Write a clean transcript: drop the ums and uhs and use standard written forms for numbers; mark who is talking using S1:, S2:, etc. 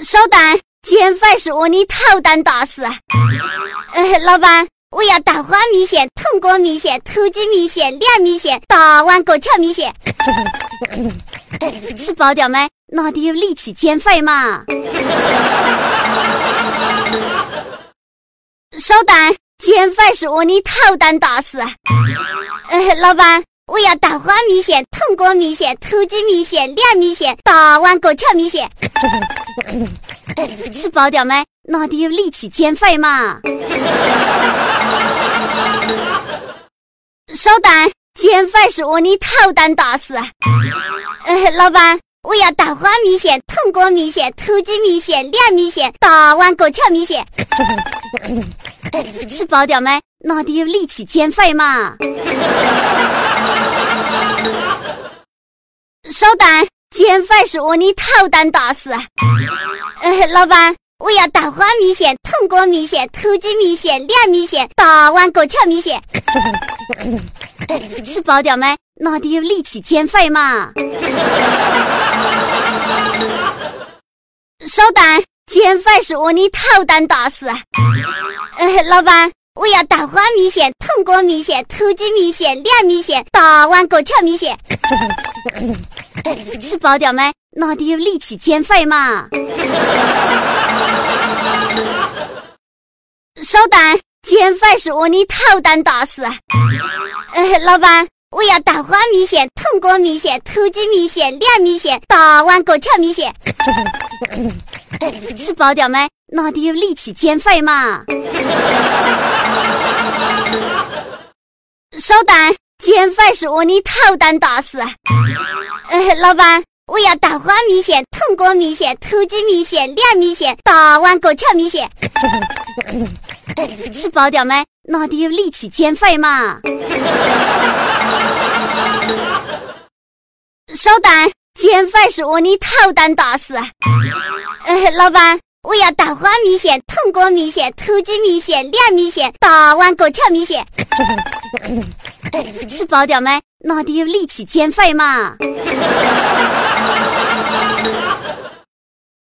S1: 稍等，减肥是我的头等大事。老板，我要蛋花米线、铜锅米线、土鸡米线、凉米线、大碗过桥米线。吃饱掉没？哪里有力气减肥嘛？稍等，减肥是我的头等大事。老板，我要蛋花米线、铜锅米线、土鸡米线、凉米线、大碗过桥米线。吃饱掉没？哪里有力气减肥嘛？稍等，减肥是我的头等大事。老板，我要蛋花米线、铜锅米线、土鸡米线、凉米线、大碗过桥米线。吃饱掉没？哪里有力气减肥嘛？稍等，减肥是我的头等大事。老板，我要蛋花米线、铜锅米线、土鸡米线、凉米线、大碗过桥米线。吃饱掉没？哪里有力气减肥嘛？稍等，减肥是我的头等大事。老板，我要蛋花米线、铜锅米线、土鸡米线、凉米线、大碗过桥米线。吃饱掉没？哪里有力气减肥嘛？稍等，减肥是我的头等大事。老板，我要蛋花米线、铜锅米线、土鸡米线、凉米线、大碗过桥米线。吃饱掉没？哪里有力气减肥嘛？稍等，减肥是我的头等大事。老板，我要蛋花米线、铜锅米线、土鸡米线、凉米线、大碗过桥米线。吃饱掉没？哪里有力气减肥嘛？稍等，减肥是我的头等大事。老板，我要蛋花米线、铜锅米线、土鸡米线、凉米线、大碗过桥米线。吃饱掉没？哪里有力气减肥嘛？